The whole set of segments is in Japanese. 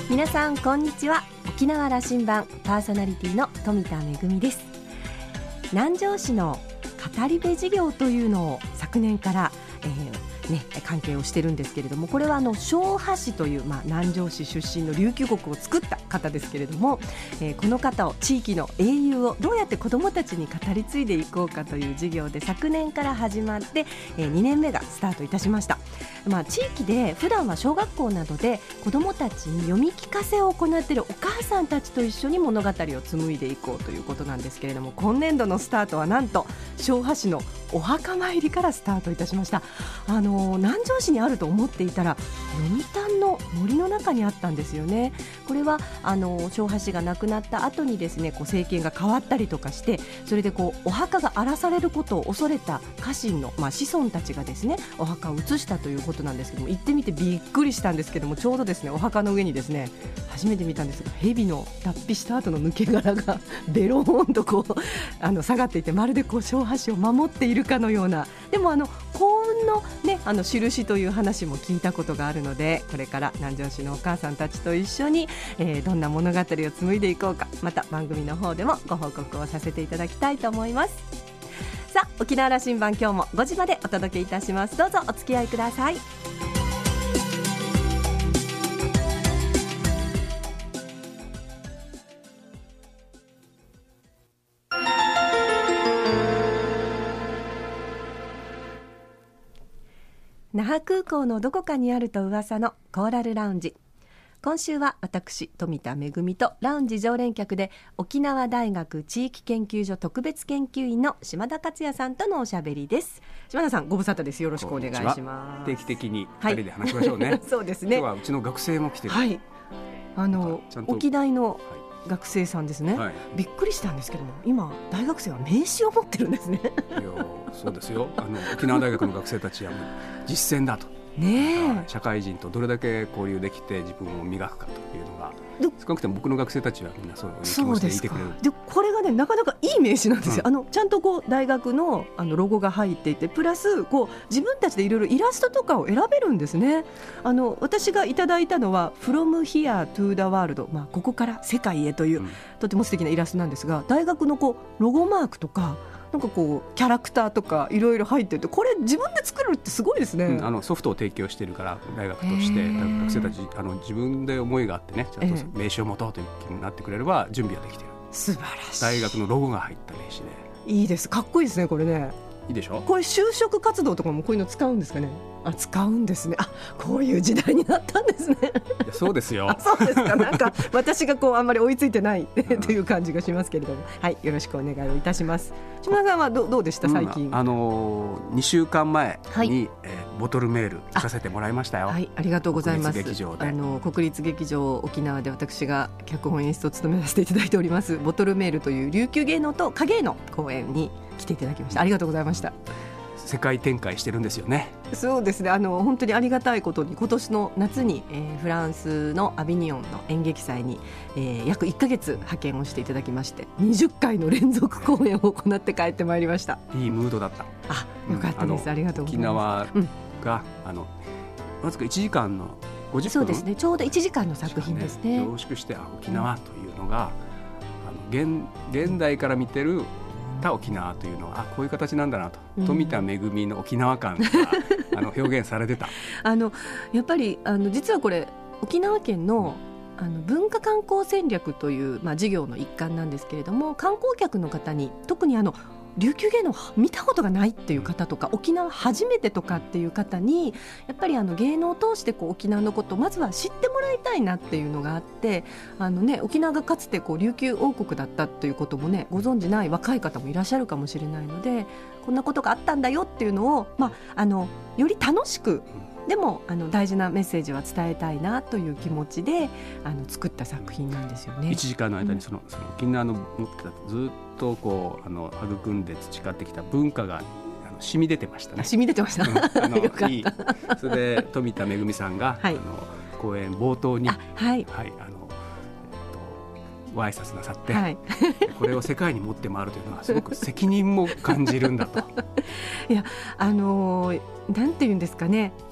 皆さんこんにちは。沖縄羅針盤パーソナリティの富田恵です。南城市の語り部事業というのを昨年から、関係をしてるんですけれども、これは庄波氏という、南城市出身の琉球国を作った方ですけれども、この方を地域の英雄をどうやって子どもたちに語り継いでいこうかという事業で昨年から始まって、2年目がスタートいたしました。地域で普段は小学校などで子どもたちに読み聞かせを行っているお母さんたちと一緒に物語を紡いでいこうということなんですけれども、今年度のスタートはなんと庄波市のお墓参りからスタートいたしました。南城市にあると思っていたら読谷の森の中にあったんですよね。これは庄波氏が亡くなった後にですね、政権が変わったりとかして、それでお墓が荒らされることを恐れた家臣の、子孫たちがですねお墓を移したということなんですけども、行ってみてびっくりしたんですけども、ちょうどですねお墓の上にですね、初めて見たんですが、蛇の脱皮した後の抜け殻がベローンと下がっていて、まるで庄波氏を守っているかのような、でも幸運の、印という話も聞いたことがあるので、これから南城市のお母さんたちと一緒に、どんな物語を紡いでいこうか、また番組の方でもご報告をさせていただきたいと思います。さあ、沖縄羅針盤、今日も5時までお届けいたします。どうぞお付き合いください。那覇空港のどこかにあると噂のコーラルラウンジ。今週は私富田恵とラウンジ常連客で沖縄大学地域研究所特別研究員の島田克也さんとのおしゃべりです。島田さん、ご無沙汰です。よろしくお願いします。 定期的に2人で話しましょうね。 そうですね。 今日はうちの学生も来てる。 はい、沖大の学生さんですね、びっくりしたんですけども、今大学生は名刺を持ってるんですね。 いや、そうですよ。沖縄大学の学生たちはもう実践だと、社会人とどれだけ交流できて自分を磨くかというのが、少なくとも僕の学生たちはみんなそういう気持ちでいてくれる。 でこれがね、なかなかいい名刺なんですよ。ちゃんと大学のロゴが入っていて、プラス自分たちでいろいろイラストとかを選べるんですね。私がいただいたのは From Here to the World、ここから世界へという、とても素敵なイラストなんですが、大学のロゴマークとかキャラクターとかいろいろ入ってて、これ自分で作るってすごいですね。 ソフトを提供しているから大学として学生たち自分で思いがあってね、ちゃんと名刺を持とうという気になってくれれば準備はできている。 素晴らしい。 大学のロゴが入った名刺でいいです。かっこいいですね、これね。 いいでしょ。 これ就職活動とかもこういうの使うんですかね。使うんですね。こういう時代になったんですね。 いや、そうですよ。 そうですか。なんか私があんまり追いついてないという感じがしますけれども、はい、よろしくお願いをいたします。島田さんはどうでした最近。 2週間前に、ボトルメール行かせてもらいましたよ。 はい、ありがとうございます。 国立劇場で国立劇場沖縄で私が脚本演出を務めさせていただいておりますボトルメールという琉球芸能と影絵の公演に来ていただきました。ありがとうございました。 世界展開してるんですよね。 そうですね。本当にありがたいことに今年の夏に、フランスのアビニオンの演劇祭に、約1ヶ月派遣をしていただきまして、20回の連続公演を行って帰ってまいりました。 いいムードだった。 よかったです。ありがとうございます。 沖縄が、わずか1時間の50分、 そうですね、ちょうど1時間の作品ですね。 凝縮して沖縄というのが、現代から見てる沖縄というのはこういう形なんだなと、富田恵の沖縄感が表現されてた。 やっぱり実はこれ沖縄県の文化観光戦略という、事業の一環なんですけれども、観光客の方に特に琉球芸能見たことがないっていう方とか、沖縄初めてとかっていう方にやっぱり芸能を通して沖縄のことをまずは知ってもらいたいなっていうのがあって、沖縄がかつて琉球王国だったっていうこともね、ご存じない若い方もいらっしゃるかもしれないので、こんなことがあったんだよっていうのを、より楽しく、でも大事なメッセージは伝えたいなという気持ちで作った作品なんですよね。 1時間の間にその沖縄の持ってたずっと育んで培ってきた文化が染み出てましたね。 染み出てました、よかった。 それで富田恵さんが、講演冒頭に、ご挨拶なさって、これを世界に持って回るというのはすごく責任も感じるんだと。 いや、なんていうんですかね、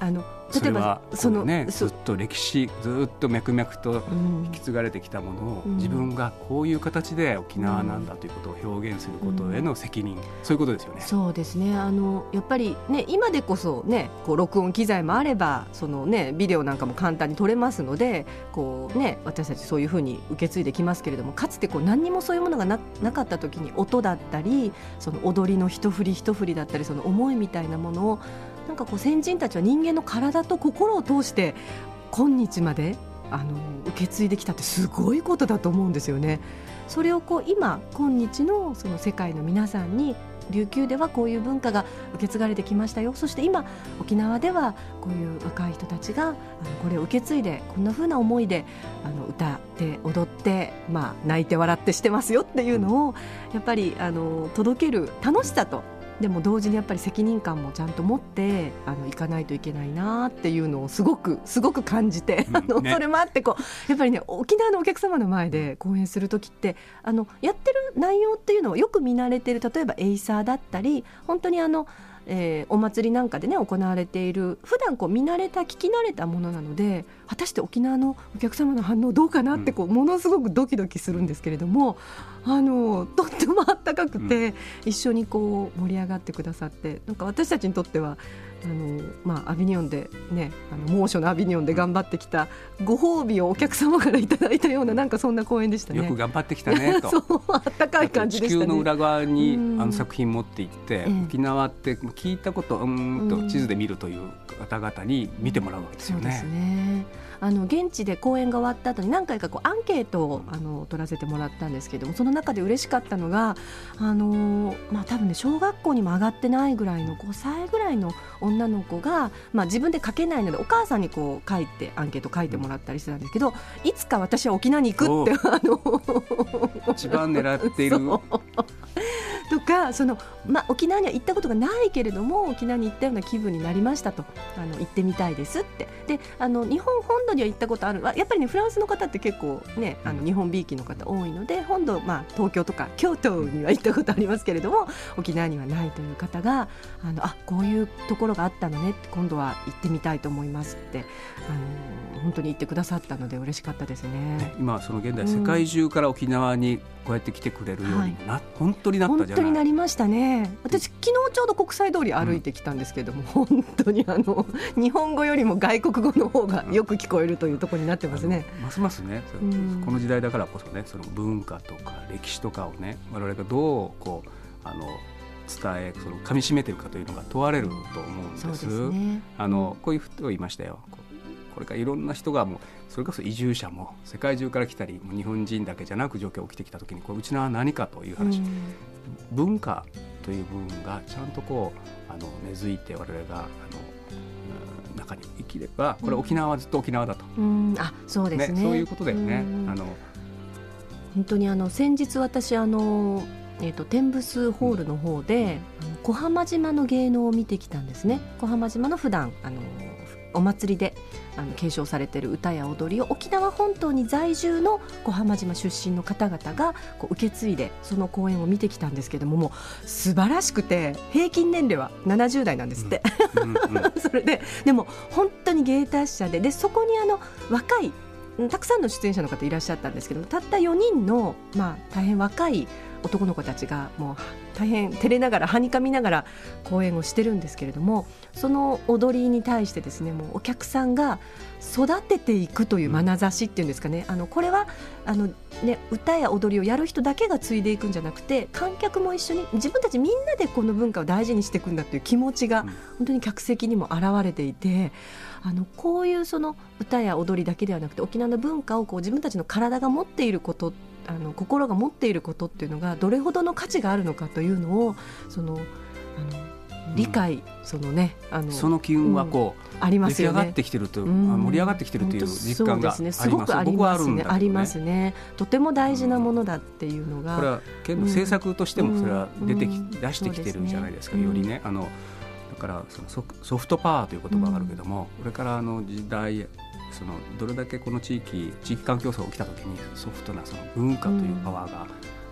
それはずっと歴史ずっと脈々と引き継がれてきたものを、自分がこういう形で沖縄なんだということを表現することへの責任、そういうことですよね。 そうですね。やっぱりね、今でこそね、こう録音機材もあればその、ね、ビデオなんかも簡単に撮れますので、こう、ね、私たちそういうふうに受け継いできますけれども、かつてこう何にもそういうものが なかった時に音だったり、その踊りの一振り一振りだったり、その思いみたいなものをなんかこう先人たちは人間の体と心を通して今日まで受け継いできたってすごいことだと思うんですよね。それをこう今日のその世界の皆さんに、琉球ではこういう文化が受け継がれてきましたよ、そして今沖縄ではこういう若い人たちがこれを受け継いでこんな風な思いで歌って踊って、泣いて笑ってしてますよっていうのをやっぱり届ける楽しさと、でも同時にやっぱり責任感もちゃんと持っていかないといけないなっていうのをすごく感じて、それもあってこうやっぱりね、沖縄のお客様の前で講演するときってやってる内容っていうのをよく見慣れている、例えばエイサーだったり、本当にお祭りなんかでね行われている普段こう見慣れた聞き慣れたものなので、果たして沖縄のお客様の反応どうかなってこうものすごくドキドキするんですけれども、とってもあったかくて、一緒にこう盛り上がってくださって、なんか私たちにとってはアビニオンでね、猛暑のアビニオンで頑張ってきたご褒美をお客様からいただいたような、なんかそんな公演でしたね。 よく頑張ってきたねとそうあったかい感じでしたね。 地球の裏側に作品持っていって、沖縄って聞いたことと地図で見るという方々に見てもらうわけですよね。 そうですね。現地で公演が終わった後に何回かこうアンケートを取らせてもらったんですけども、その中で嬉しかったのが多分ね、小学校にも上がってないぐらいの5歳ぐらいの女の子が、自分で書けないのでお母さんにこう書いてアンケート書いてもらったりしてたんですけど、いつか私は沖縄に行くって一番狙っているとか、沖縄には行ったことがないけれども沖縄に行ったような気分になりましたと、行ってみたいですって。で日本本土には行ったことある、やっぱりねフランスの方って結構ね日本びいきの方多いので、本土、東京とか京都には行ったことありますけれども沖縄にはないという方がこういうところがあったのね、今度は行ってみたいと思いますって本当に言ってくださったので嬉しかったですね。 今その現在世界中から沖縄にこうやって来てくれるように本当になったじゃない。 本当になりましたね。私昨日ちょうど国際通り歩いてきたんですけども、本当に日本語よりも外国語の方がよく聞こえるというところになってますね。 ますますね、この時代だからこそね、その文化とか歴史とかをね、我々がどうこう伝え噛み締めてるかというのが問われると思うんです。 そうですね。 こういう人がいましたよ。これからいろんな人がもうそれこそ移住者も世界中から来たり、もう日本人だけじゃなく状況が起きてきたときに、うちのは何かという話、文化という部分がちゃんとこう根付いて我々が中に生きれば、これ沖縄はずっと沖縄だと、 そうですね。 そういうことだよね。 本当に先日私天ブスホールの方で小浜島の芸能を見てきたんですね。小浜島の普段お祭りで継承されている歌や踊りを沖縄本島に在住の小浜島出身の方々がこう受け継いでその公演を見てきたんですけども、もう素晴らしくて、平均年齢は70代なんですって、それでも本当に芸達者で、そこに若いたくさんの出演者の方いらっしゃったんですけども、たった4人の、大変若い男の子たちがもう大変照れながらはにかみながら公演をしてるんですけれども、その踊りに対してですね、もうお客さんが育てていくという眼差しっていうんですかね、これは歌や踊りをやる人だけが継いでいくんじゃなくて、観客も一緒に自分たちみんなでこの文化を大事にしていくんだという気持ちが本当に客席にも現れていて、こういうその歌や踊りだけではなくて沖縄の文化をこう自分たちの体が持っていること、心が持っていることっていうのがどれほどの価値があるのかというのを理解、その機運はこう、ありますよね。出来上がってきてると、盛り上がってきてるという実感があります。すごくありますね。ありますね。とても大事なものだっていうのが、これは県の政策としてもそれは出してきてるんじゃないですか。よりね、だからソフトパワーという言葉があるけども、これから時代どれだけこの地域環境差が起きたときにソフトなその文化というパワーが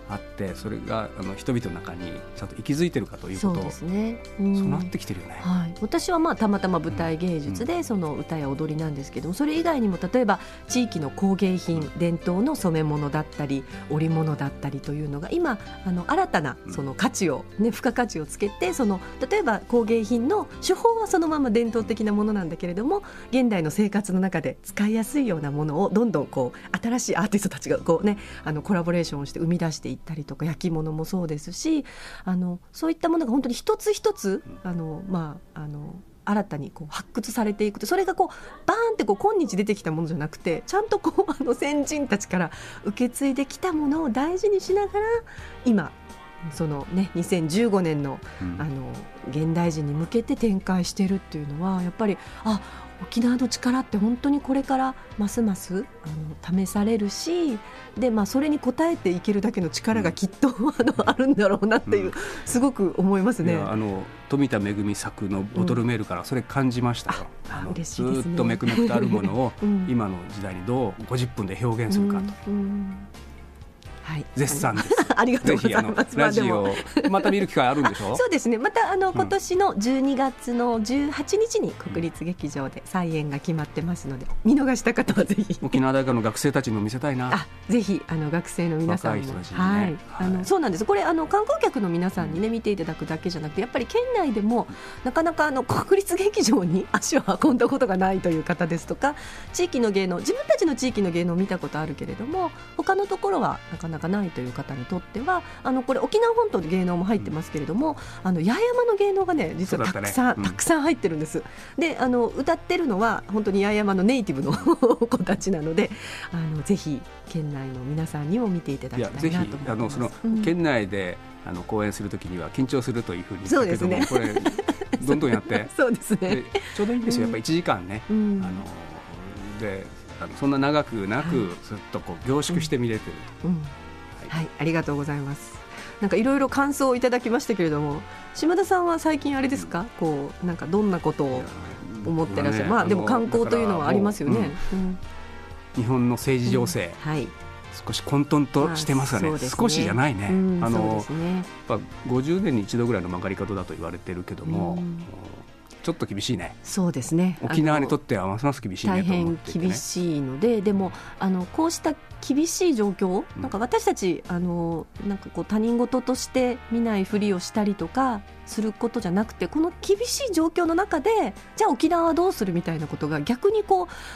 あって、それが人々の中にちゃんと息づいてるかということを、 そうですね、 そうなってきてるよね。 はい、私はたまたま舞台芸術でその歌や踊りなんですけども、それ以外にも例えば地域の工芸品、伝統の染め物だったり織物だったりというのが今新たなその価値を、付加価値をつけて、例えば工芸品の手法はそのまま伝統的なものなんだけれども、現代の生活の中で使いやすいようなものをどんどん新しいアーティストたちがコラボレーションをして生み出していったりとか、焼き物もそうですし、そういったものが本当に一つ一つ新たに発掘されていくと、それがバーンって今日出てきたものじゃなくて、ちゃんと先人たちから受け継いできたものを大事にしながら、今2015年の、現代人に向けて展開しているっていうのは、やっぱり沖縄の力って本当にこれからますます試されるし、で、それに応えていけるだけの力がきっとあるんだろうなっていう、すごく思いますね。 富田恵作のボトルメールからそれ感じましたよ。 嬉しいですね。 ずっとめくめくとあるものを今の時代にどう50分で表現するかと、はい、絶賛ですありがとうございます。 ぜひラジオまた見る機会あるんでしょそうですね、また今年の12月の18日に国立劇場で再演が決まってますので、見逃した方はぜひ。 沖縄大学の学生たちにも見せたいな。 ぜひ学生の皆さんも、 若い人たちにね、 そうなんです。これ観光客の皆さんに、見ていただくだけじゃなくて、やっぱり県内でもなかなか国立劇場に足を運んだことがないという方ですとか、地域の芸能、自分たちの地域の芸能を見たことあるけれども他のところはなかなかないという方にとっては、これ沖縄本島の芸能も入ってますけれども、八重山の芸能がね、実はたくさん入ってるんです。で歌ってるのは本当に八重山のネイティブの子たちなので、ぜひ県内の皆さんにも見ていただきたいなと思います。 ぜひ県内で公演するときには緊張するというふうに言ったけども、 そうですね、 これどんどんやってそうですね、 ちょうどいいんですよ。やっぱり1時間ね、でそんな長くなくずっと凝縮して見れてると、 はい、ありがとうございます。なんかいろいろ感想をいただきましたけれども、島田さんは最近あれですか、なんかどんなことを思ってらっしゃる、でも観光というのはありますよね。 日本の政治情勢、少し混沌としてますよね。少しじゃないね。やっぱ50年に一度ぐらいの曲がり角だと言われてるけども、ちょっと厳しいね。 そうですね、 沖縄にとってはますます厳しいねと思っていてね。 大変厳しいので、でもこうした厳しい状況、なんか私たちなんか他人事として見ないふりをしたりとかすることじゃなくて、この厳しい状況の中でじゃあ沖縄はどうするみたいなことが逆に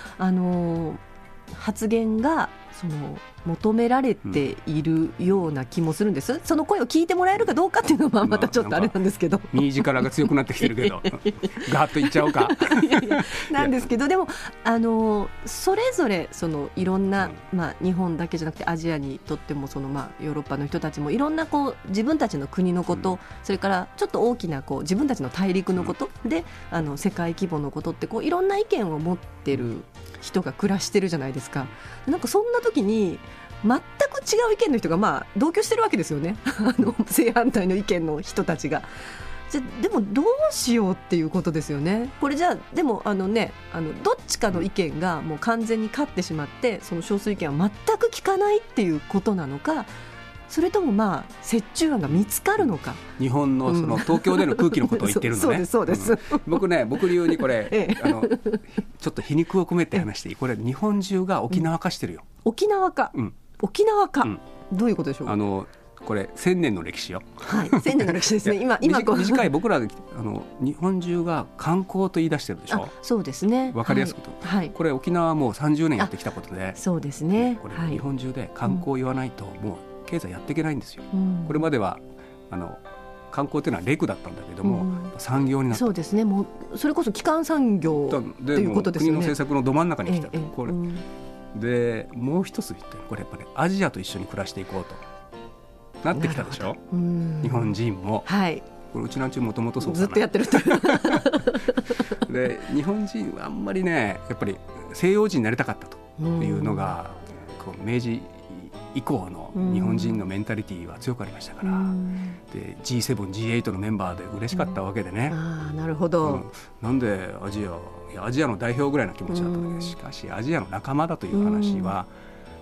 発言が求められているような気もするんです。その声を聞いてもらえるかどうかっていうのはまたちょっとあれなんですけど、 右力が強くなってきてるけどガーッといっちゃおうかなんですけど、でもそれぞれいろんな、日本だけじゃなくてアジアにとってもヨーロッパの人たちもいろんな自分たちの国のこと、それからちょっと大きな自分たちの大陸のことで、世界規模のことっていろんな意見を持ってる人が暮らしてるじゃないですか。なんかそんな時に全く違う意見の人が同居してるわけですよね正反対の意見の人たちが。でもどうしようっていうことですよね。これじゃあでもどっちかの意見がもう完全に勝ってしまって、その少数意見は全く聞かないっていうことなのか、それとも折衷案が見つかるのか。 日本の東京での空気のことを言ってるのね。 そうです、 僕流にこれ、ちょっと皮肉を込めて話していい？これ日本中が沖縄化してるよ。 沖縄化、沖縄化、どういうことでしょう。 これ1000年の歴史よ。 はい、1000年の歴史ですね。今短い僕ら日本中が観光と言い出してるでしょ。 そうですね、 分かりやすくと、これ沖縄はもう30年やってきたことで、 そうですね、 これ日本中で観光を言わないともう経済やっていけないんですよ。これまでは観光というのはレクだったんだけども、産業になった。 そうですね、もうそれこそ基幹産業ということですよね。 国の政策のど真ん中に来たと、これでもう一つ言って、これやっぱりアジアと一緒に暮らしていこうとなってきたでしょ。日本人も、これうちなんちゅうもともとそうかな、 ずっとやってるとで日本人はあんまりね、やっぱり西洋人になりたかったというのが明治以降の日本人のメンタリティーは強くありましたから、で G7、G8 のメンバーで嬉しかったわけでね。 なるほど、 なんでアジアの代表ぐらいの気持ちだったんだけど、しかしアジアの仲間だという話は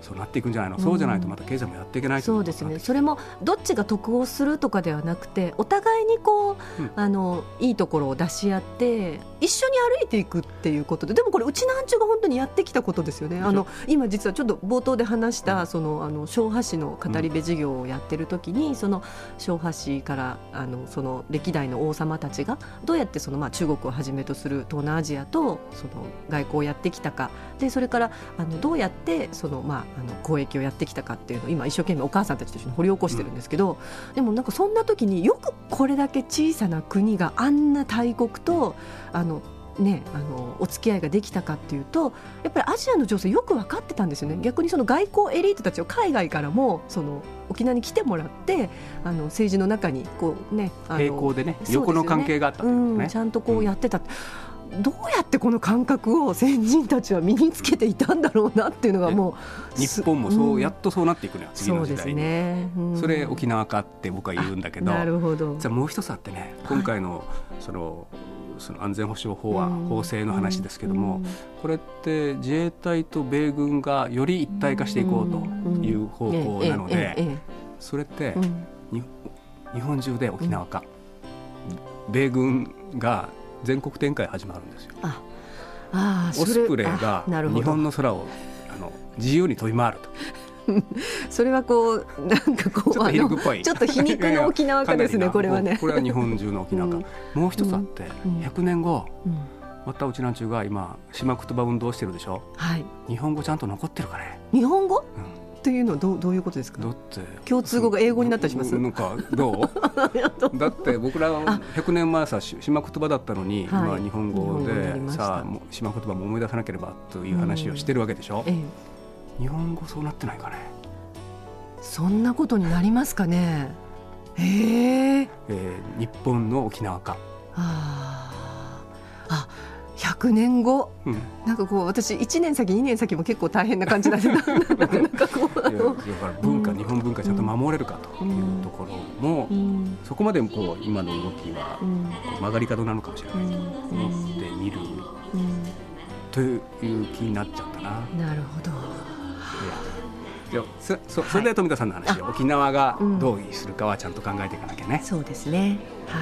そうなっていくんじゃないの、そうじゃないとまた経済もやっていけないと思う。 そうですね。それもどっちが得をするとかではなくて、お互いにいいところを出し合って一緒に歩いていくっていうことで、でもこれうちなんちゅうが本当にやってきたことですよね。今実はちょっと冒頭で話した昭和史の語り部事業をやってる時に、その昭和史からその歴代の王様たちがどうやって中国をはじめとする東南アジアとその外交をやってきたかで、それからどうやって交易をやってきたかっていうのを今一生懸命お母さんたちと一緒に掘り起こしてるんですけど、でもそんな時によくこれだけ小さな国があんな大国とお付き合いができたかっていうと、やっぱりアジアの情勢よく分かってたんですよね。逆にその外交エリートたちを海外からも沖縄に来てもらって政治の中に並行でね、横の関係があったというね、 ちゃんとやってた、どうやってこの感覚を先人たちは身につけていたんだろうなっていうのがもう日本もやっとそうなっていくのよ、次の時代に。 そうですね、 それ沖縄かって僕は言うんだけど、 なるほど。 じゃあもう一つあってね、今回のその安全保障法案、法制の話ですけども、これって自衛隊と米軍がより一体化していこうという方向なので、それって日本中で沖縄化、米軍が全国展開始まるんですよ。オスプレイが日本の空を自由に飛び回るとそれはちょっと皮肉の沖縄化ですね。これはね、 これは日本中の沖縄化、もう一つあって、100年後、またうちなんちゅうが今島言葉運動してるでしょ、はい、日本語ちゃんと残ってるかね。 日本語、というのはどういうことですか。 だって共通語が英語になったりします。 なんかどうだって僕らは100年前さ島言葉だったのに、今日本語でさあ島言葉も思い出さなければという話をしてるわけでしょ、日本語そうなってないかね。 そんなことになりますかね。 日本の沖縄化。 100年後、なんか私1年先2年先も結構大変な感じなんでだから日本文化ちゃんと守れるかというところも、そこまで今の動きは曲がり角なのかもしれないと思ってみるという気になっちゃったな。 なるほど。 それで富田さんの話、沖縄がどうするかはちゃんと考えていかなきゃね。 そうですね。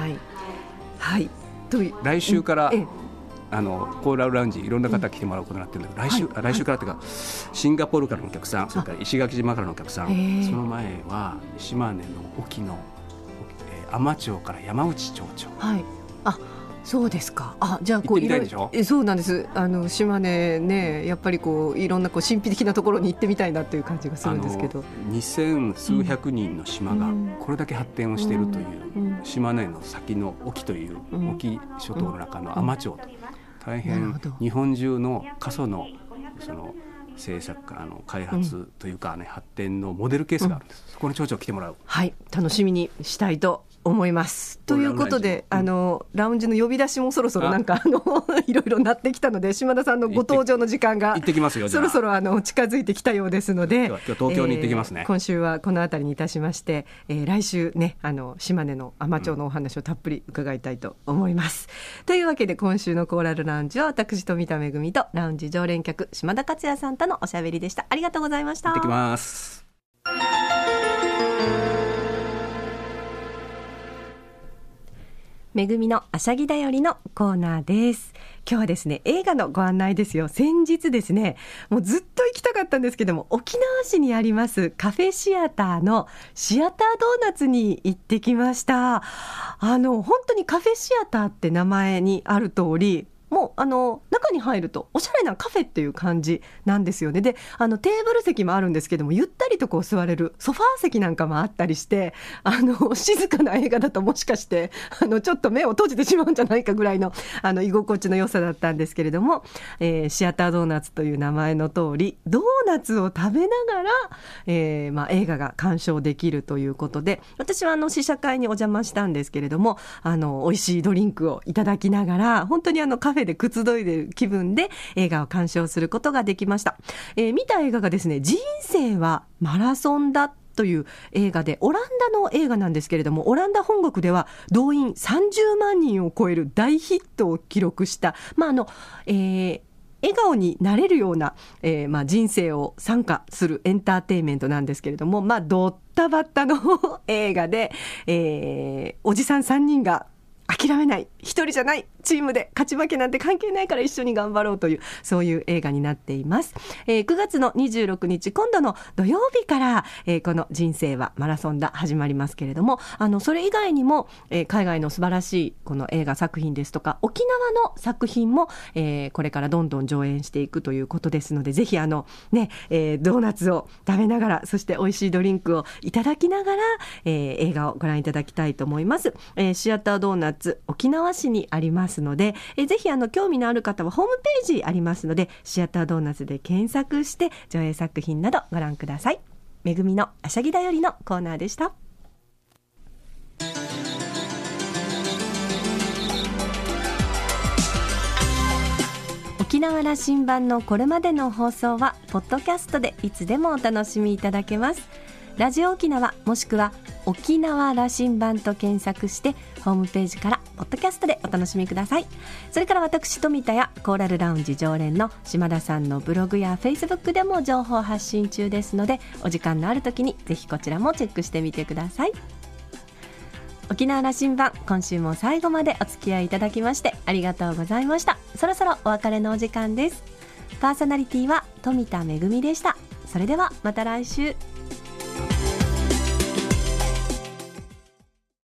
来週からコーラルラウンジいろんな方来てもらうことになってるんだけど、来週からというかシンガポールからのお客さん、それから石垣島からのお客さん、その前は島根の沖の海士町から山内町長、 そうですか。じゃあ行ってみたいでしょ。 そうなんです。島根ね、やっぱりいろんな神秘的なところに行ってみたいなという感じがするんですけど、 2000数百人の島がこれだけ発展をしているという、島根の先の沖という沖諸島の中の海士町と、大変日本中の過疎の政策開発というか発展のモデルケースがあるんです。そこに町長来てもらう。 楽しみにしたいと思います。ということでラウンジの呼び出しもそろそろいろいろなってきたので、島田さんのご登場の時間がそろそろ近づいてきたようですので、 今日東京に行ってきますね。 今週はこのあたりにいたしまして、来週ね島根の海士町のお話をたっぷり伺いたいと思います。というわけで今週のコーラルラウンジは私富田恵とラウンジ常連客島田克也さんとのおしゃべりでした。ありがとうございました。 行ってきます。 めぐみのあしゃぎだよりのコーナーです。今日はですね、映画のご案内ですよ。先日ですね、もうずっと行きたかったんですけども、沖縄市にありますカフェシアターのシアタードーナツに行ってきました。本当にカフェシアターって名前にある通り、もう中に入るとおしゃれなカフェっていう感じなんですよね。でテーブル席もあるんですけども、ゆったりと座れるソファー席なんかもあったりして、静かな映画だともしかしてちょっと目を閉じてしまうんじゃないかぐらいの居心地の良さだったんですけれども、シアタードーナツという名前の通りドーナツを食べながら、映画が鑑賞できるということで、私は試写会にお邪魔したんですけれども、美味しいドリンクをいただきながら本当にカフェでくつろいでいる気分で映画を鑑賞することができました。見た映画がですね、人生はマラソンだという映画で、オランダの映画なんですけれども、オランダ本国では動員30万人を超える大ヒットを記録した、映笑顔になれるような、人生を参加するエンターテインメントなんですけれども、ドッタバッタの映画で、おじさん3人が諦めない、一人じゃない、チームで勝ち負けなんて関係ないから一緒に頑張ろうという、そういう映画になっています。9月の26日今度の土曜日から、この人生はマラソンだ始まりますけれども、それ以外にも、海外の素晴らしいこの映画作品ですとか沖縄の作品も、これからどんどん上演していくということですので、ぜひドーナツを食べながら、そして美味しいドリンクをいただきながら、映画をご覧いただきたいと思います。シアタードーナツ沖縄市にありますので、ぜひ興味のある方はホームページありますので、シアタードーナツで検索して上映作品などご覧ください。めぐみのあしゃぎだよりのコーナーでした。沖縄羅針盤のこれまでの放送はポッドキャストでいつでもお楽しみいただけます。ラジオ沖縄もしくは沖縄羅針盤と検索してホームページからポッドキャストでお楽しみください。それから私富田やコーラルラウンジ常連の島田さんのブログやフェイスブックでも情報発信中ですので、お時間のある時にぜひこちらもチェックしてみてください。沖縄羅針盤、今週も最後までお付き合いいただきましてありがとうございました。そろそろお別れのお時間です。パーソナリティは富田恵でした。それではまた来週。